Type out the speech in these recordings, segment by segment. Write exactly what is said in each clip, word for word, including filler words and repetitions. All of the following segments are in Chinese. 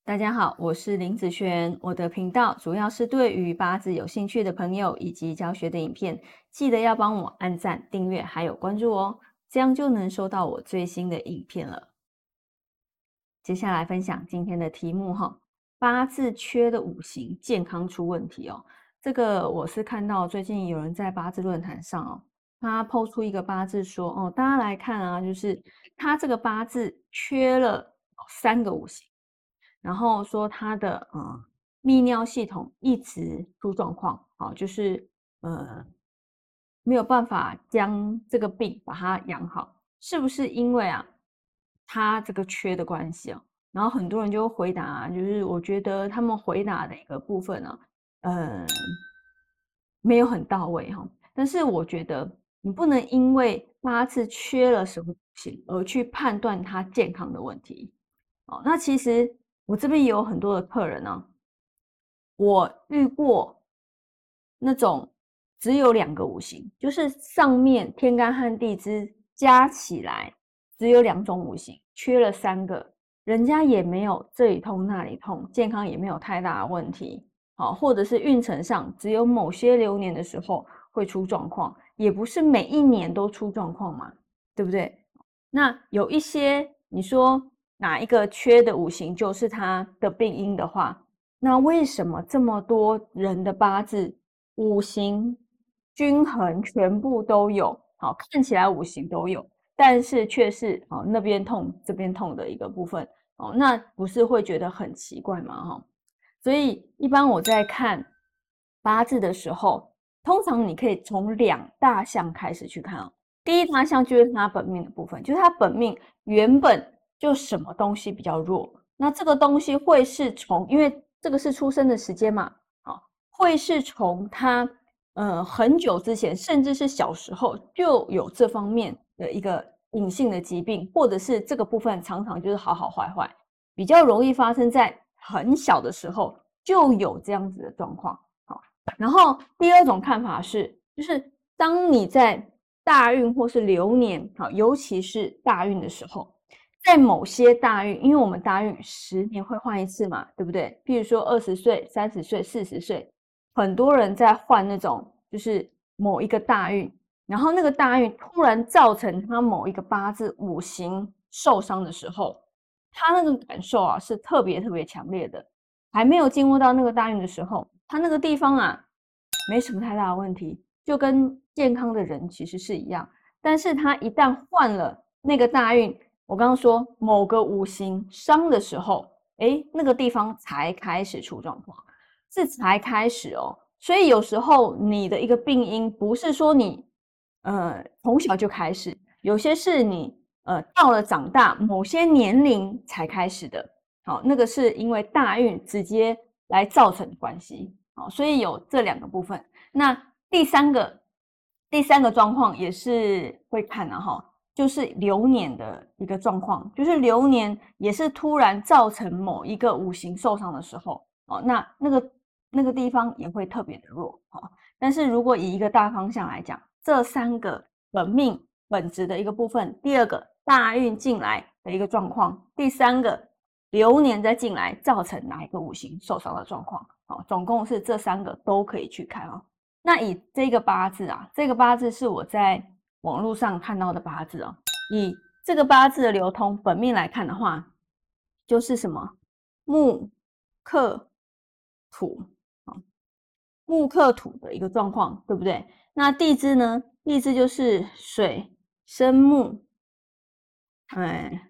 大家好，我是林子璇，我的频道主要是对于八字有兴趣的朋友以及教学的影片，记得要帮我按赞、订阅还有关注哦，这样就能收到我最新的影片了。接下来分享今天的题目哈，八字缺的五行健康出问题哦。这个我是看到最近有人在八字论坛上哦，他抛出一个八字说哦，大家来看啊，就是他这个八字缺了三个五行。然后说他的呃泌尿系统一直出状况，好、就是呃没有办法将这个病把它养好，是不是因为啊他这个缺的关系哦？然后很多人就回答啊，就是我觉得他们回答的一个部分呢、呃没有很到位哈、但是我觉得你不能因为八字缺了什么东西而去判断他健康的问题。哦，那其实我这边也有很多的客人呢、我遇过那种只有两个五行，就是上面天干和地支加起来只有两种五行，缺了三个，人家也没有这里痛那里痛，健康也没有太大的问题。好，或者是运程上只有某些流年的时候会出状况，也不是每一年都出状况嘛，对不对？那有一些你说哪一个缺的五行就是它的病因的话，那为什么这么多人的八字五行均衡全部都有？好，看起来五行都有，但是却是哦那边痛这边痛的一个部分哦，那不是会觉得很奇怪吗？哈、哦，所以一般我在看八字的时候，通常你可以从两大项开始去看哦。第一大项就是他本命的部分，就是他本命原本就什么东西比较弱，那这个东西会是从，因为这个是出生的时间嘛，好，会是从他呃很久之前，甚至是小时候就有这方面的一个隐性的疾病，或者是这个部分常常就是好好坏坏，比较容易发生在很小的时候就有这样子的状况。好，然后第二种看法是，就是当你在大运或是流年，好，尤其是大运的时候，在某些大运，因为我们大运十年会换一次嘛，对不对？譬如说二十岁、三十岁、四十岁，很多人在换那种就是某一个大运，然后那个大运突然造成他某一个八字五行受伤的时候，他那个感受啊是特别特别强烈的。还没有进入到那个大运的时候，他那个地方啊没什么太大的问题，就跟健康的人其实是一样。但是他一旦换了那个大运，我刚刚说某个五行伤的时候，诶，那个地方才开始出状况，是才开始哦。所以有时候你的一个病因不是说你呃从小就开始，有些是你呃到了长大某些年龄才开始的。好，那个是因为大运直接来造成的关系。好，所以有这两个部分。那第三个第三个状况也是会看的哈，就是流年的一个状况，就是流年也是突然造成某一个五行受伤的时候，哦，那那个那个地方也会特别的弱。哦，但是如果以一个大方向来讲，这三个本命本质的一个部分，第二个大运进来的一个状况，第三个流年再进来造成哪一个五行受伤的状况，好，总共是这三个都可以去看哦。那以这个八字啊，这个八字是我在网络上看到的八字哦。以这个八字的流通本命来看的话，就是什么木克土啊，木克土的一个状况，对不对？那地支呢？地支就是水生木，哎，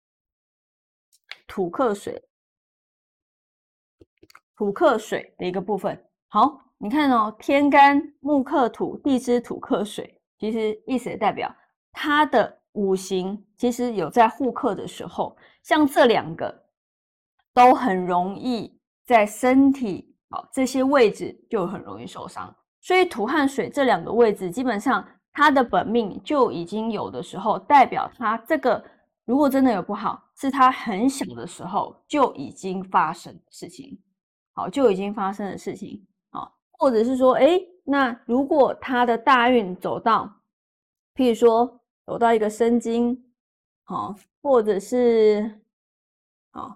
土克水，土克水的一个部分。好，你看哦，天干木克土，地支土克水，其实意思也代表它的五行其实有在互克的时候，像这两个都很容易在身体哦这些位置就很容易受伤。所以土和水这两个位置，基本上它的本命就已经有的时候，代表它这个如果真的有不好，是它很小的时候就已经发生的事情。好，就已经发生的事情，好，或者是说，诶，那如果他的大运走到，譬如说走到一个申金，好，或者是，好，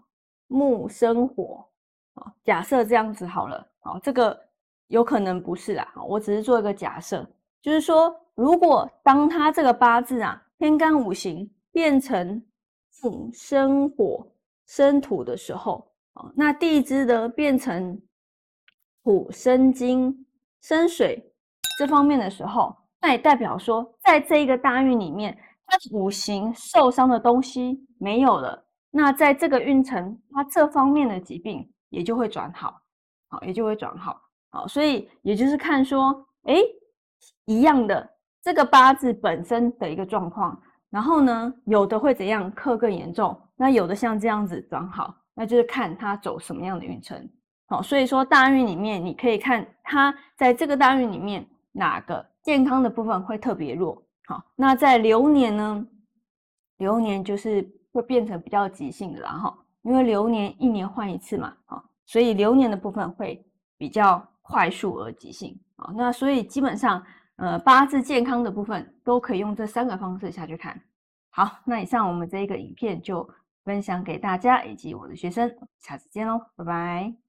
木生火，啊，假设这样子好了，好，这个有可能不是啦，我只是做一个假设，就是说，如果当他这个八字啊，天干五行变成木生火生土的时候，啊，那地支呢变成土生金生水这方面的时候，那也代表说，在这一个大运里面，它五行受伤的东西没有了，那在这个运程，它这方面的疾病也就会转好，好，也就会转好，好，所以也就是看说，诶，一样的这个八字本身的一个状况，然后呢，有的会怎样克更严重，那有的像这样子转好，那就是看它走什么样的运程。好，所以说大运里面，你可以看它在这个大运里面哪个健康的部分会特别弱。好，那在流年呢，流年就是会变成比较急性的啦哈，因为流年一年换一次嘛，啊，所以流年的部分会比较快速而急性啊。那所以基本上，呃，八字健康的部分都可以用这三个方式下去看。好，那以上我们这一个影片就分享给大家以及我的学生，下次见喽，拜拜。